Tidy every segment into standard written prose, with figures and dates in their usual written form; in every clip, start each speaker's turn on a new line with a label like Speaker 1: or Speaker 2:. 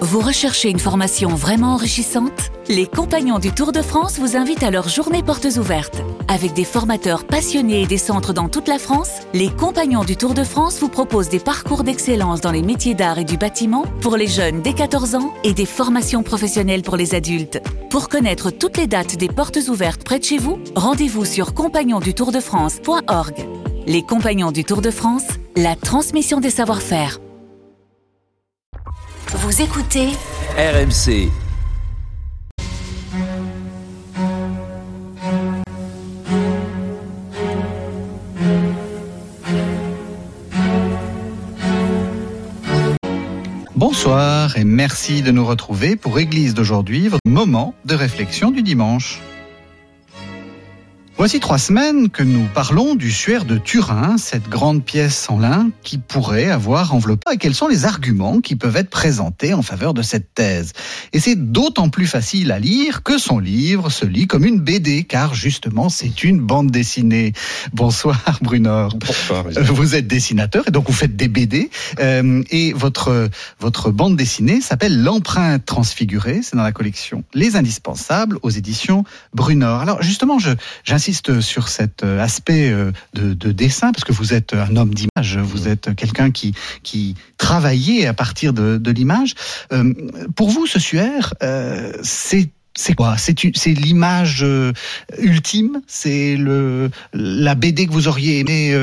Speaker 1: Vous recherchez une formation vraiment enrichissante ? Les Compagnons du Tour de France vous invitent à leur journée portes ouvertes. Avec des formateurs passionnés et des centres dans toute la France, les Compagnons du Tour de France vous proposent des parcours d'excellence dans les métiers d'art et du bâtiment pour les jeunes dès 14 ans et des formations professionnelles pour les adultes. Pour connaître toutes les dates des portes ouvertes près de chez vous, rendez-vous sur compagnonsdutourdefrance.org. Les Compagnons du Tour de France, la transmission des savoir-faire.
Speaker 2: Vous écoutez
Speaker 3: RMC.
Speaker 4: Bonsoir et merci de nous retrouver pour Église d'aujourd'hui, votre moment de réflexion du dimanche. Voici 3 semaines que nous parlons du suaire de Turin, cette grande pièce en lin qui pourrait avoir enveloppé. Et quels sont les arguments qui peuvent être présentés en faveur de cette thèse ? Et c'est d'autant plus facile à lire que son livre se lit comme une BD, car justement c'est une bande dessinée. Bonsoir Brunor.
Speaker 5: Bonsoir.
Speaker 4: Vous êtes dessinateur et donc vous faites des BD. Et votre bande dessinée s'appelle L'Empreinte transfigurée. C'est dans la collection Les Indispensables aux éditions Brunor. Alors justement, j'insiste sur cet aspect de dessin, parce que vous êtes un homme d'image, vous êtes quelqu'un qui travaillait à partir de l'image. Pour vous, ce suaire, c'est quoi ? C'est l'image ultime ? C'est la BD que vous auriez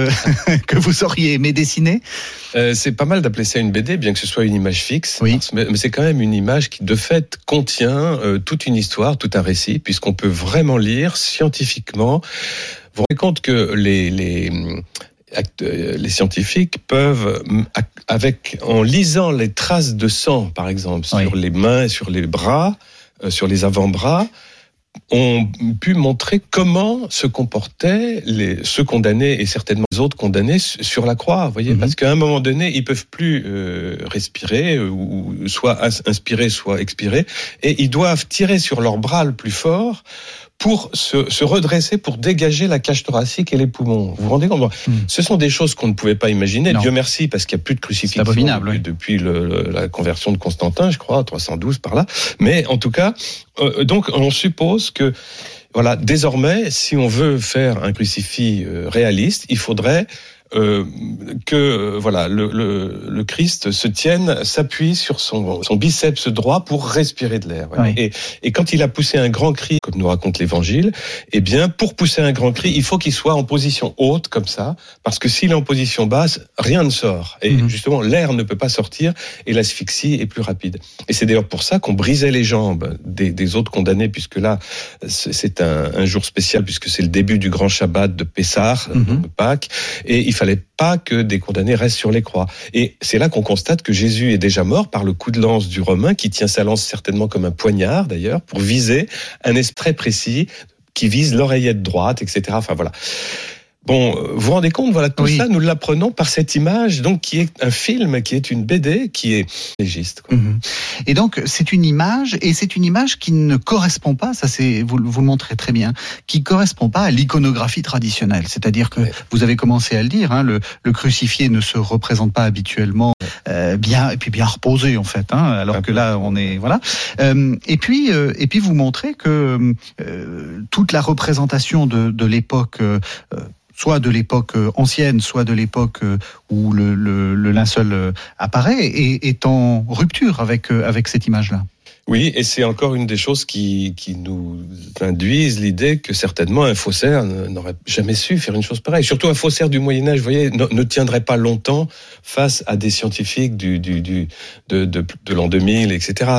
Speaker 4: aimé dessiner ?
Speaker 5: C'est pas mal d'appeler ça une BD, bien que ce soit une image fixe.
Speaker 4: Oui.
Speaker 5: Mais c'est quand même une image qui, de fait, contient toute une histoire, tout un récit, puisqu'on peut vraiment lire scientifiquement. Vous vous rendez compte que les scientifiques peuvent, en lisant les traces de sang, par exemple, sur les mains et sur les bras, sur les avant-bras, ont pu montrer comment se comportaient ceux condamnés et certainement les autres condamnés sur la croix. Vous voyez, parce qu'à un moment donné, ils peuvent plus respirer, ou soit inspirer, soit expirer, et ils doivent tirer sur leur bras le plus fort pour se redresser, pour dégager la cage thoracique et les poumons. Vous vous rendez compte ? Ce sont des choses qu'on ne pouvait pas imaginer. Non. Dieu merci, parce qu'il n'y a plus de crucifixion depuis la conversion de Constantin, je crois, 312 par là. Mais en tout cas, donc on suppose que, voilà, désormais, si on veut faire un crucifix réaliste, il faudrait que le Christ s'appuie sur son biceps droit pour respirer de l'air. Voilà. Oui. Et quand il a poussé un grand cri, comme nous raconte l'Évangile, eh bien, pour pousser un grand cri, il faut qu'il soit en position haute, comme ça, parce que s'il est en position basse, rien ne sort. Et justement, l'air ne peut pas sortir et l'asphyxie est plus rapide. Et c'est d'ailleurs pour ça qu'on brisait les jambes des autres condamnés, puisque là, c'est un jour spécial, puisque c'est le début du grand Shabbat de Pessah, de Pâques, et il fallait pas que des condamnés restent sur les croix. Et c'est là qu'on constate que Jésus est déjà mort par le coup de lance du Romain, qui tient sa lance certainement comme un poignard d'ailleurs, pour viser un esprit précis qui vise l'oreillette droite, etc. Enfin voilà. Bon, vous vous rendez compte, voilà, tout ça, nous l'apprenons par cette image, donc qui est un film, qui est une BD, qui est légiste.
Speaker 4: Et donc, c'est une image, et c'est une image qui ne correspond pas, ça c'est, vous le montrez très bien, qui correspond pas à l'iconographie traditionnelle. C'est-à-dire que, vous avez commencé à le dire, le crucifié ne se représente pas habituellement bien reposé en fait, alors que là, on est, voilà. Et puis vous montrez que toute la représentation de l'époque, soit de l'époque ancienne, soit de l'époque où le linceul apparaît, est en rupture avec cette image-là.
Speaker 5: Oui, et c'est encore une des choses qui nous induisent l'idée que certainement un faussaire n'aurait jamais su faire une chose pareille. Surtout un faussaire du Moyen-Âge, vous voyez, ne tiendrait pas longtemps face à des scientifiques de l'an 2000, etc.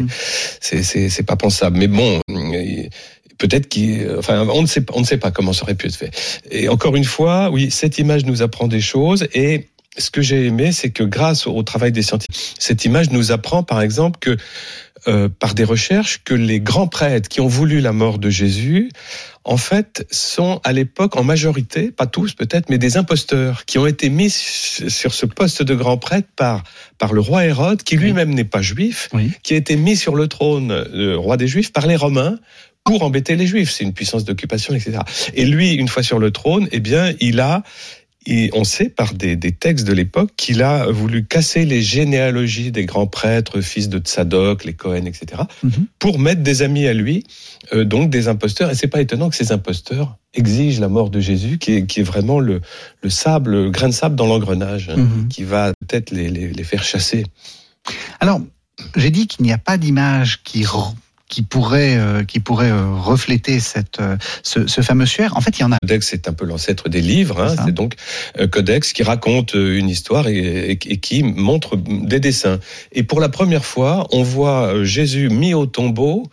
Speaker 5: C'est pas pensable. Mais bon, peut-être on ne sait pas comment ça aurait pu être fait. Et encore une fois, oui, cette image nous apprend des choses, et ce que j'ai aimé, c'est que grâce au travail des scientifiques, cette image nous apprend par exemple que par des recherches, que les grands prêtres qui ont voulu la mort de Jésus, en fait, sont à l'époque en majorité, pas tous peut-être, mais des imposteurs qui ont été mis sur ce poste de grand prêtre par le roi Hérode, qui lui-même n'est pas juif, qui a été mis sur le trône, le roi des Juifs, par les Romains, pour embêter les Juifs. C'est une puissance d'occupation, etc. Et lui, une fois sur le trône, eh bien, il a Et on sait par des textes de l'époque qu'il a voulu casser les généalogies des grands prêtres, fils de Tsadok, les Cohen, etc., pour mettre des amis à lui, donc des imposteurs. Et c'est pas étonnant que ces imposteurs exigent la mort de Jésus, qui est vraiment le grain de sable dans l'engrenage, qui va peut-être les faire chasser.
Speaker 4: Alors, j'ai dit qu'il n'y a pas d'image qui pourrait refléter ce fameux suaire. En fait, il y en a.
Speaker 5: Codex, c'est un peu l'ancêtre des livres. C'est donc Codex qui raconte une histoire et qui montre des dessins. Et pour la première fois, on voit Jésus mis au tombeau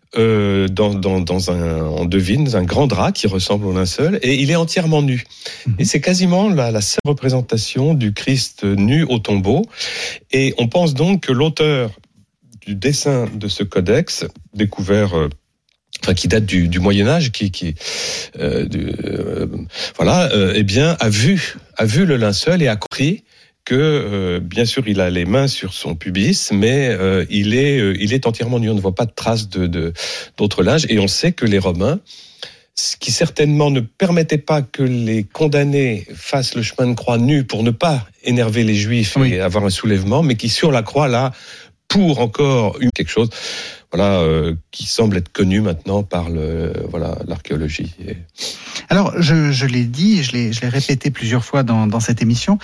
Speaker 5: on devine un grand drap qui ressemble au linceul, et il est entièrement nu. Et c'est quasiment la seule représentation du Christ nu au tombeau. Et on pense donc que l'auteur du dessin de ce codex, découvert, qui date du Moyen-Âge, eh bien, a vu le linceul et a compris que, bien sûr, il a les mains sur son pubis, mais il est entièrement nu. On ne voit pas de traces d'autres linges. Et on sait que les Romains, ce qui certainement ne permettait pas que les condamnés fassent le chemin de croix nus pour ne pas énerver les Juifs et avoir un soulèvement, mais qui, sur la croix, là, pour encore quelque chose, qui semble être connu maintenant par l'archéologie.
Speaker 4: Alors, je l'ai dit, je l'ai répété plusieurs fois dans cette émission.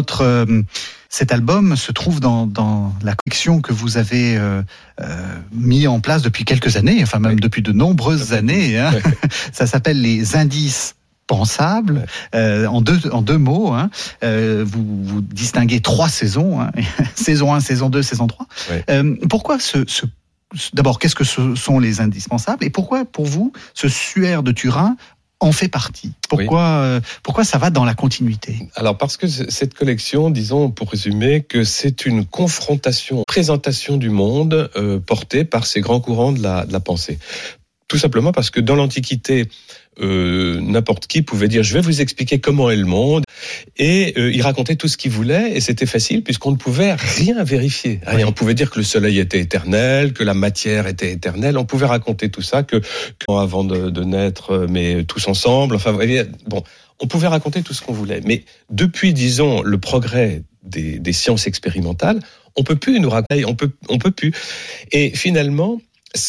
Speaker 4: Cet album se trouve dans la collection que vous avez mis en place depuis quelques années, enfin même depuis de nombreuses années. Hein. Ça s'appelle les indices pensables, en deux mots. Vous distinguez 3 saisons, saison 1, saison 2, saison 3. Pourquoi d'abord, qu'est-ce que ce sont les indispensables, et pourquoi, pour vous, ce suaire de Turin en fait partie? Pourquoi ça va dans la continuité? Alors, parce que cette collection, disons, pour résumer, que c'est une présentation du monde portée par ces grands courants de la pensée. Tout simplement parce que dans l'Antiquité, n'importe qui pouvait dire « je vais vous expliquer comment est le monde », et il racontait tout ce qu'il voulait, et c'était facile puisqu'on ne pouvait rien vérifier. On pouvait dire que le soleil était éternel, que la matière était éternelle, on pouvait raconter tout ça, que avant de naître, mais tous ensemble, on pouvait raconter tout ce qu'on voulait. Mais depuis, disons, le progrès des sciences expérimentales, on peut plus nous raconter, on peut plus. Et finalement,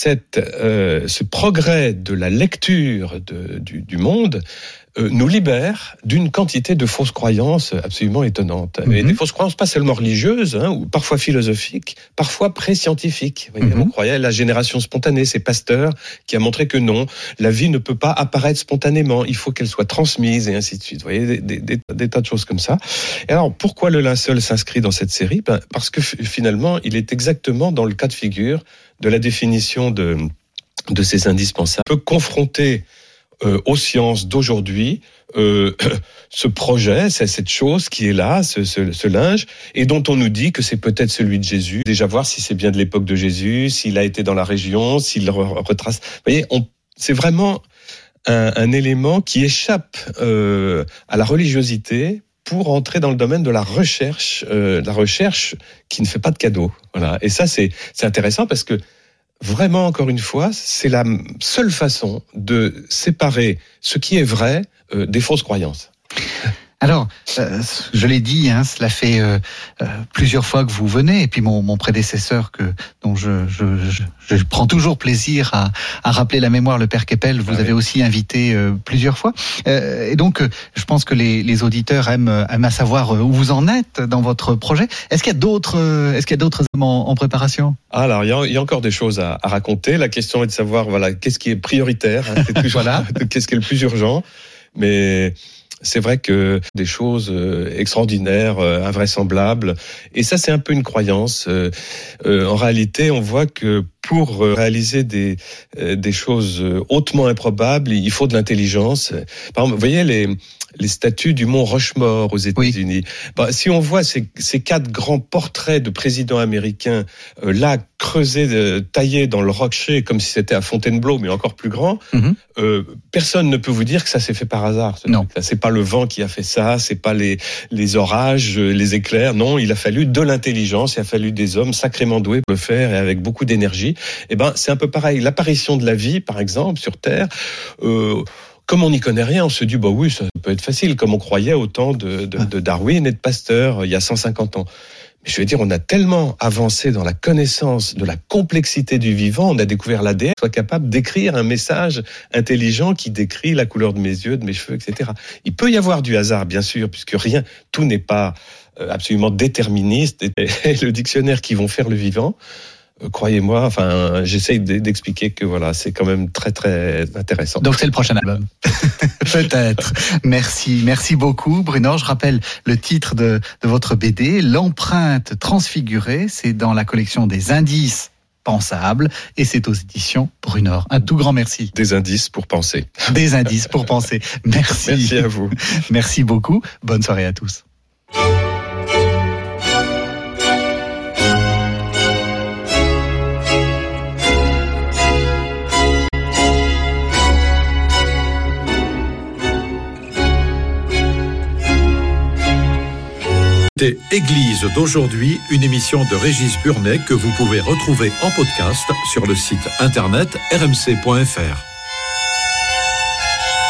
Speaker 4: ce progrès de la lecture du monde nous libère d'une quantité de fausses croyances absolument étonnantes. Et des fausses croyances pas seulement religieuses, ou parfois philosophiques, parfois pré-scientifiques. On croyait à la génération spontanée, c'est Pasteur qui a montré que non, la vie ne peut pas apparaître spontanément, il faut qu'elle soit transmise, et ainsi de suite. Vous voyez, des tas de choses comme ça. Et alors, pourquoi le linceul s'inscrit dans cette série? Parce que finalement, il est exactement dans le cas de figure de la définition de ces indispensables. On peut confronter aux sciences d'aujourd'hui ce projet, cette chose qui est là, ce linge, et dont on nous dit que c'est peut-être celui de Jésus. Déjà voir si c'est bien de l'époque de Jésus, s'il a été dans la région, s'il retrace. Vous voyez, c'est vraiment un élément qui échappe à la religiosité pour entrer dans le domaine de la recherche qui ne fait pas de cadeau. Voilà. Et ça, c'est intéressant parce que vraiment, encore une fois, c'est la seule façon de séparer ce qui est vrai des fausses croyances. Alors, je l'ai dit, cela fait plusieurs fois que vous venez, et puis mon prédécesseur, dont je prends toujours plaisir à rappeler la mémoire, le Père Keppel, vous avez aussi invité plusieurs fois. Et donc, je pense que les auditeurs aiment à savoir où vous en êtes dans votre projet. Est-ce qu'il y a d'autres éléments en préparation? Alors,
Speaker 5: il y a encore des choses à raconter. La question est de savoir, qu'est-ce qui est prioritaire, c'est toujours, qu'est-ce qui est le plus urgent. Mais c'est vrai que des choses extraordinaires, invraisemblables, et ça c'est un peu une croyance. En réalité, on voit que pour réaliser des choses hautement improbables, il faut de l'intelligence. Par exemple, vous voyez les statues du mont Rushmore aux États-Unis. Si on voit ces 4 grands portraits de présidents américains là creusés, taillés dans le rocher comme si c'était à Fontainebleau, mais encore plus grand, personne ne peut vous dire que ça s'est fait par hasard. Non, c'est pas le vent qui a fait ça, c'est pas les orages, les éclairs. Non, il a fallu de l'intelligence, il a fallu des hommes sacrément doués pour le faire et avec beaucoup d'énergie. C'est un peu pareil. L'apparition de la vie, par exemple, sur Terre. comme on n'y connaît rien, on se dit, bah oui, ça peut être facile, comme on croyait au temps de Darwin et de Pasteur, il y a 150 ans. Mais je veux dire, on a tellement avancé dans la connaissance de la complexité du vivant, on a découvert l'ADN, soit capable d'écrire un message intelligent qui décrit la couleur de mes yeux, de mes cheveux, etc. Il peut y avoir du hasard, bien sûr, puisque tout n'est pas absolument déterministe. Et le dictionnaire qui vont faire le vivant, croyez-moi, enfin, j'essaye d'expliquer que voilà, c'est quand même très très intéressant.
Speaker 4: Donc c'est le prochain album. Peut-être. Merci beaucoup, Bruno. Je rappelle le titre de votre BD, L'empreinte transfigurée. C'est dans la collection des indices pensables et c'est aux éditions Brunor. Un tout grand merci.
Speaker 5: Des indices pour penser.
Speaker 4: Des indices pour penser. Merci.
Speaker 5: Merci à vous.
Speaker 4: Merci beaucoup. Bonne soirée à tous.
Speaker 2: Église d'aujourd'hui, une émission de Régis Burnet que vous pouvez retrouver en podcast sur le site internet rmc.fr.